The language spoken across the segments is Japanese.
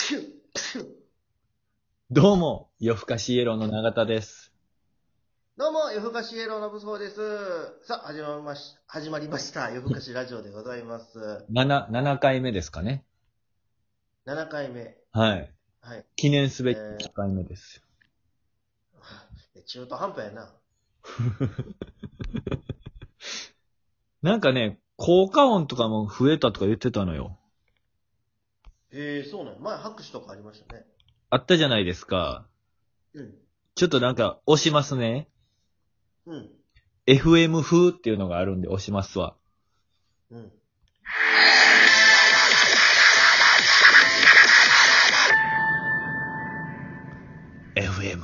シュッシュッ。 どうも、夜更かしイエローの永田です。 どうも、夜更かしイエローの武装です。さあ、始まりました。夜更かしラジオでございます。 7回目ですかね。 7回目。 はい。 はい。 記念すべき1回目です。 中途半端やな。 なんかね、効果音とかも増えたとか言ってたのよ。 そうなの。前、拍手とかありましたね。 あったじゃないですか。 うん。 ちょっとなんか押しますね。 うん。 FM 風っていうのがあるんで押しますわ。 うん。 FM。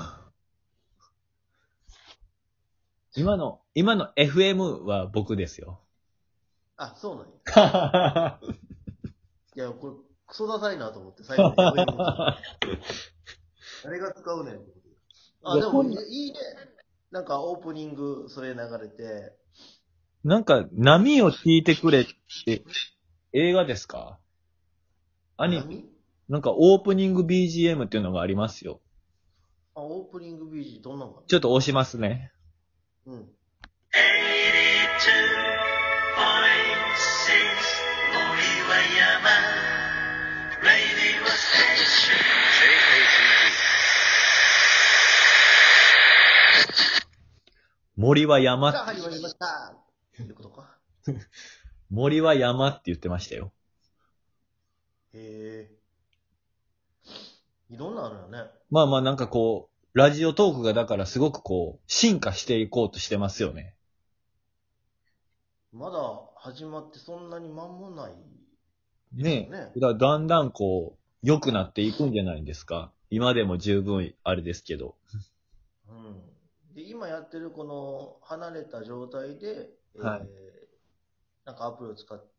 今の FM は僕ですよ。 あ、そうなんや。いや、これ、クソダサいなと思って、最後に FM って。誰が使うねんってことで。あ、でも、いいね。なんか、オープニング、それ流れて。 なんか、波を聞いてくれって映画ですか？アニメ。 波なんかオープニング BGM っていうのがありますよ。 あ、オープニング BG どんなのかちょっと押しますね。 な。うん。 森は山さあ、始まりました。っていうことか。 森は山って言ってましたよ。 へえ。いろんなあるよね。 まあまあなんかこう、ラジオトークがだからすごくこう、進化していこうとしてますよね。 まだ始まってそんなに間もないですよねね。 え。だからだんだんこう、良くなっていくんじゃないんですか。今でも十分あれですけど。 うん。で、今やってるこの離れた状態で、 はい。 なんかアプリを使って、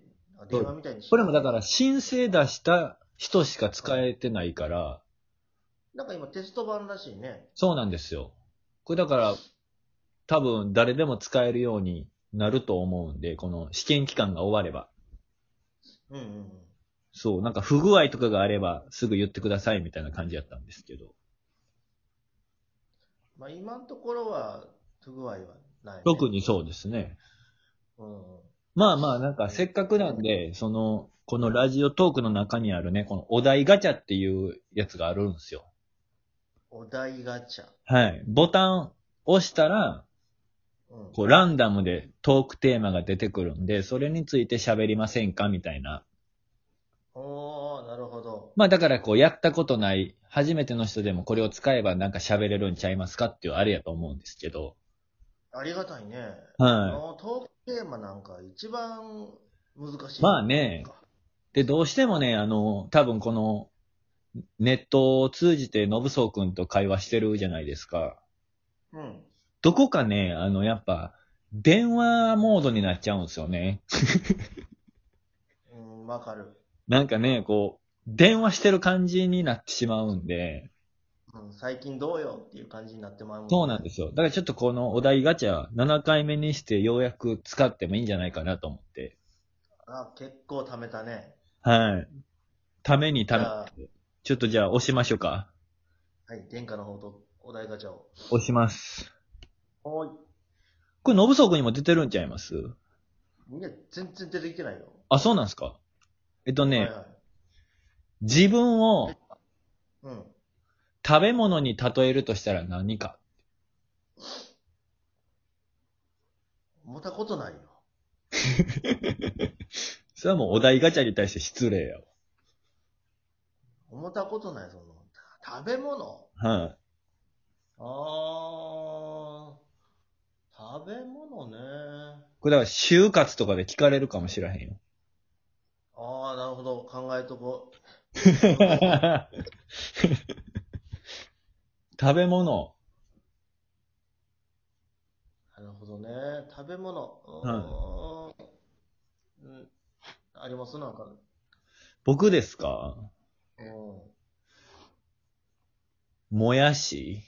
そう。 電話みたいにしこれもだからながら、 申請出した人しか使うん。 えてないから、 なんか今テスト版らしいね。 そうなんですよ。これだから多分誰でも使えるようになると思うんで、この試験期間が終われば。 うんうんうん。 そう、なんか不具合とかがあればすぐ言ってくださいみたいな感じだったんですけど。 まあ今のところは不具合はないね。 特にそうですね。 うんうん。 まあまあなんかせっかくなんで、このラジオトークの中にあるね、このお題ガチャっていうやつがあるんですよ。 お題ガチャ。 はい。ボタン押したら、 うん。 こうランダムでトークテーマが出てくるんで、それについて喋りませんかみたいな。 おー、なるほど。 まあだからこうやったことない、初めての人でもこれを使えばなんか喋れるんちゃいますかっていうあれやと思うんですけど。 ありがたいね。 はい。 トークテーマなんか一番難しいまあよね。 ね。で、どうしてもね、多分このネットを通じて信宗くんと会話してるじゃないですか。 うん。 どこかね、やっぱ、電話モードになっちゃうんですよね。 うん、わかる。 なんかね、こう、電話してる感じになってしまうんで、 うん、最近どうよっていう感じになってまうもんね。 そうなんですよ。だからちょっとこのお題ガチャ7回目にしてようやく使ってもいいんじゃないかなと思って。 あ、結構貯めたね。 はい。ためにため、 じゃあ、 ちょっとじゃあ押しましょうか。 はい、殿下の方とお題ガチャを。 押します。 はーい。 これ、信宗くんにも出てるんちゃいます？ みんな全然出てきてないよ。 あ、そうなんですか？ はいはい。 自分をうん。 食べ物に例えるとしたら何か。 思ったことないよ。 それはもうお題ガチャに対して失礼や思ったことない、その。食べ物わ。はい。 あ食べ物ね。 これだから就活とかで聞かれるかもしれへんよ。 ああ、なるほど。考えとこう。 食べ物。 なるほどね。食べ物。 はい。 ありますなんか。 僕ですか？ うん。 もやし。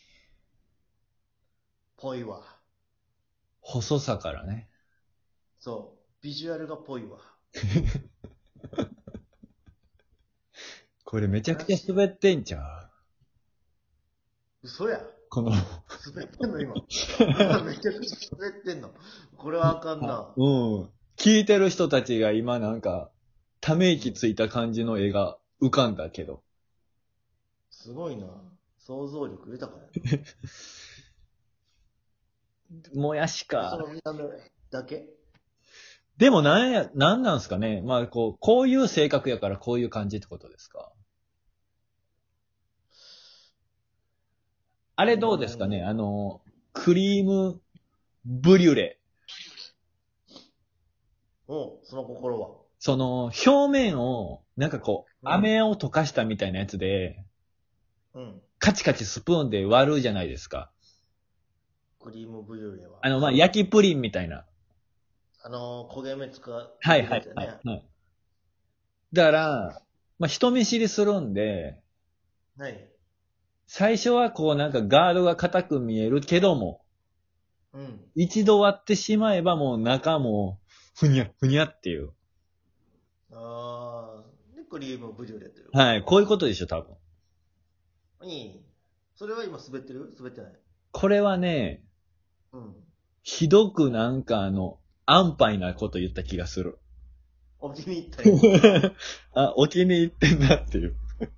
ぽいわ。 細さからね。 そう。ビジュアルがぽいわ。 これめちゃくちゃ滑ってんちゃう嘘や。 この、 滑ってんの今。めちゃくちゃ滑ってんの。これはあかんな。 うん。聞いてる人たちが今なんか、ため息ついた感じの絵が浮かんだけど。 すごいな。想像力豊かやもやしな。そか。 の見た目だけでもなんなんすかね。まあ、こういう性格やからこういう感じってことですか。あれどうですかね。クリームブリュレ。 その心は。 その、表面を、なんかこう、 うん飴を溶かしたみたいなやつで、 うん。 カチカチスプーンで割るじゃないですか。 クリームブリュレは。 まあ、焼きプリンみたいな。 焦げ目使うはいはいやつやね。 はい。はい。だから、まあ、人見知りするんで、 はい。 最初はこうなんかガードが硬く見えるけども、 うん。 一度割ってしまえばもう中も、ふにゃ、ふにゃっていう。 で、クリームブリュレという。 はい、こういうことでしょ、多分。 いい。それは今滑ってる滑ってない。 これはね、 うん。 ひどくなんか安牌なこと言った気がする。 お気に入ったよ。 あ、お気に入ってんなっていう。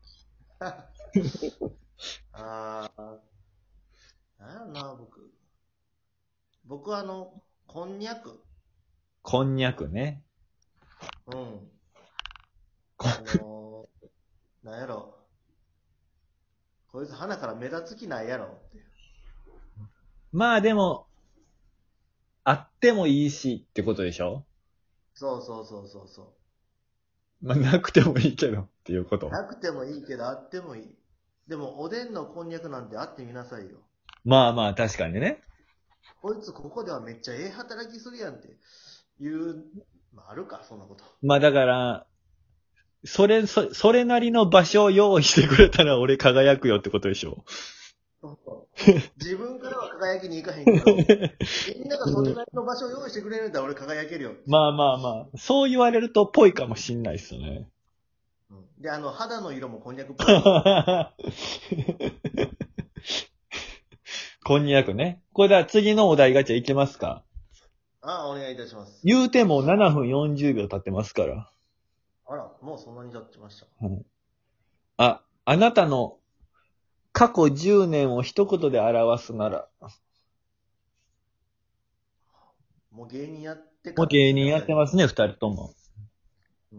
あー、なんやろな、僕。僕はこんにゃく。 こんにゃくね。 うん。 こなんやろ。こいつ鼻から目立つ気ないやろっていう。 まあでも、あってもいいしってことでしょ。 そうそうそうそうそまあなくてもいいけどっていうこう。 と。 なくてもいいけど、あってもいい。でも、おでんのこんにゃくなんてあってみなさいよ。 まあまあ確かにね。 こいつここではめっちゃ働きするやんっていう、まああるか、そんなこと。 まあだから、それなりの場所を用意してくれたら俺輝くよってことでしょ。 そうそう自分からは輝きに行かへんけど、みんながそれなりの場所を用意してくれるんだったら俺輝けるよ。 まあまあまあ、そう言われるとぽいかもしんないっすね。 で、肌の色もこんにゃくっぽい。 こんにゃくね。これでは次のお題ガチャいけますか？ お願いいたします。 言うても7分40秒経ってますから。 あら、もうそんなに経ってました。 あなたの過去10年を一言で表すなら。 もう芸人やってもう芸人やってますね、二人とも。 うん。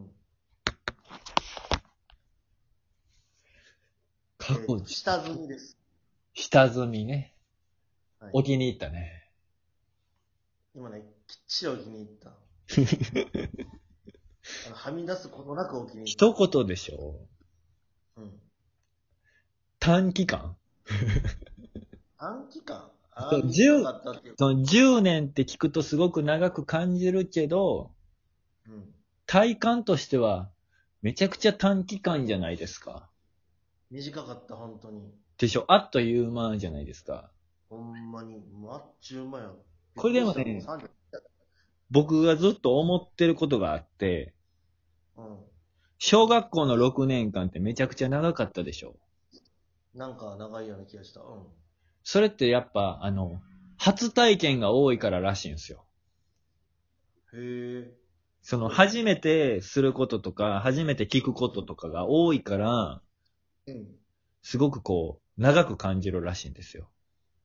過去、 下積みです。 下積みね。 はい、 お気に入ったね。 今ね、きっちりお気に入った。はみ出すことなくお気に入った。 一言でしょ。 うん。 短期間短期間そう短かったっていう。 その10年って聞くとすごく長く感じるけど、 うん。 体感としてはめちゃくちゃ短期間じゃないですか。 短かった、本当に。 でしょ、あっという間じゃないですか。 ほんまに、もうあっちゅう間や。 これでもねびっくりしたもう30 僕がずっと思ってることがあって、 うん。 小学校の6年間ってめちゃくちゃ長かったでしょ。 なんか長いような気がした。うん。 それってやっぱ、初体験が多いかららしいんですよ。 へえ。 その、初めてすることとか、初めて聞くこととかが多いから、 うん。 すごくこう、長く感じるらしいんですよ。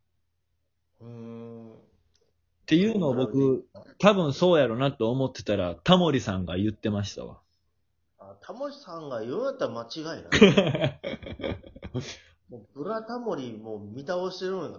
っていうのを僕、多分そうやろなと思ってたら、タモリさんが言ってましたわ。 タモリさんが言うんやったら間違いない。もうブラタモリもう見倒してるんやから。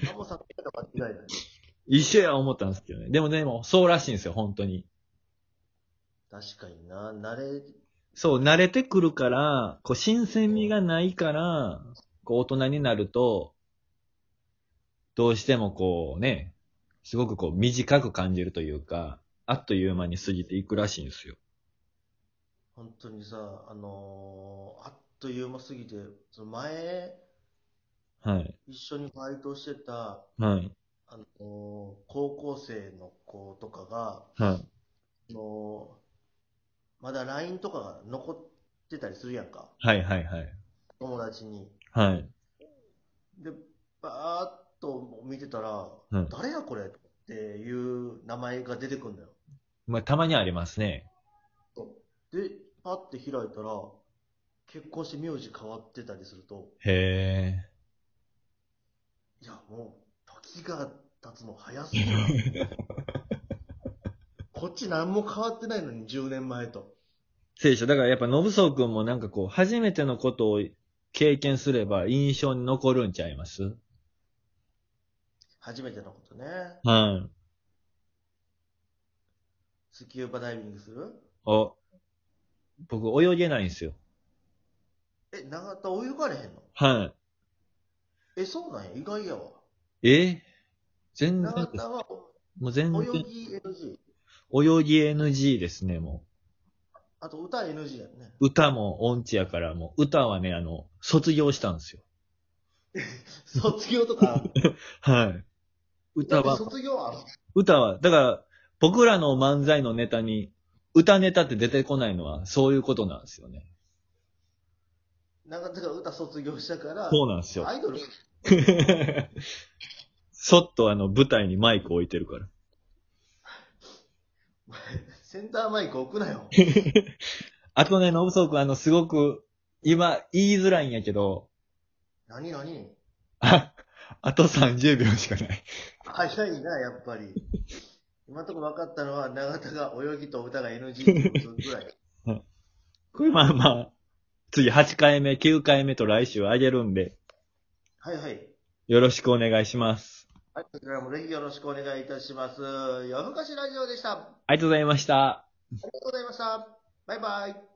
タモさんが言ったら間違いない。 一緒や思ったんですけどね。でも、そうらしいんですよ、本当に。 確かにな、 そう、慣れてくるから、こう、新鮮味がないから、こう、大人になると、どうしてもこうね、すごくこう、短く感じるというか、あっという間に過ぎていくらしいんですよ。 本当にさ、あっという間すぎて、その前、 はい。 一緒にバイトしてた、 はい。 高校生の子とかが、 はい。 まだ LINE とかが残っってたりするやんか。 はいはいはい。 友達に。 はい。 で、バーっと見てたら、 うん。 誰やこれっていう名前が出てくるんだよ。 まあ、たまにありますね。 で、パッて開いたら、結婚して名字変わってたりすると、 へいやもう、時が経つの早すぎるな。 え。 こっち何も変わってないのに、10年前と。 聖書。だからやっぱ、信宗くんもなんかこう、初めてのことを経験すれば印象に残るんちゃいます？ 初めてのことね。 はい。 スキューバダイビングする？ 僕泳げないんですよ。 長田泳がれへんの？ はそうなんや、意外やわ。 い。全然です。 長田はもう全然、 泳ぎ NG。 泳ぎ NG ですね、もあと歌 NG やんね。 う。歌も音痴やから、もう歌はね、卒業したんですよ。 卒業とかあんの？ はい。 歌って歌は、 卒業ある？ だから、僕らの漫才のネタに、歌ネタって出てこないのは、そういうことなんですよね。 長田が歌卒業したから、 そうなんですよ。 アイドル？ そっと舞台にマイク置いてるから。 センターマイク置くなよ。 あとね、信宗くん、すごく、今、言いづらいんやけど、 何あと30秒しかない。 早いな、やっぱり。今のところ分かったのは、長田が泳ぎと歌が NG っていうことぐらい。 これまあまあ、次8回目、9回目と来週あげるんで、 はいはい。 よろしくお願いします。 はい、こちらもぜひよろしくお願いいたします。夜更かしラジオでした。あありがとうございました。 りがとうございました。バイバイ。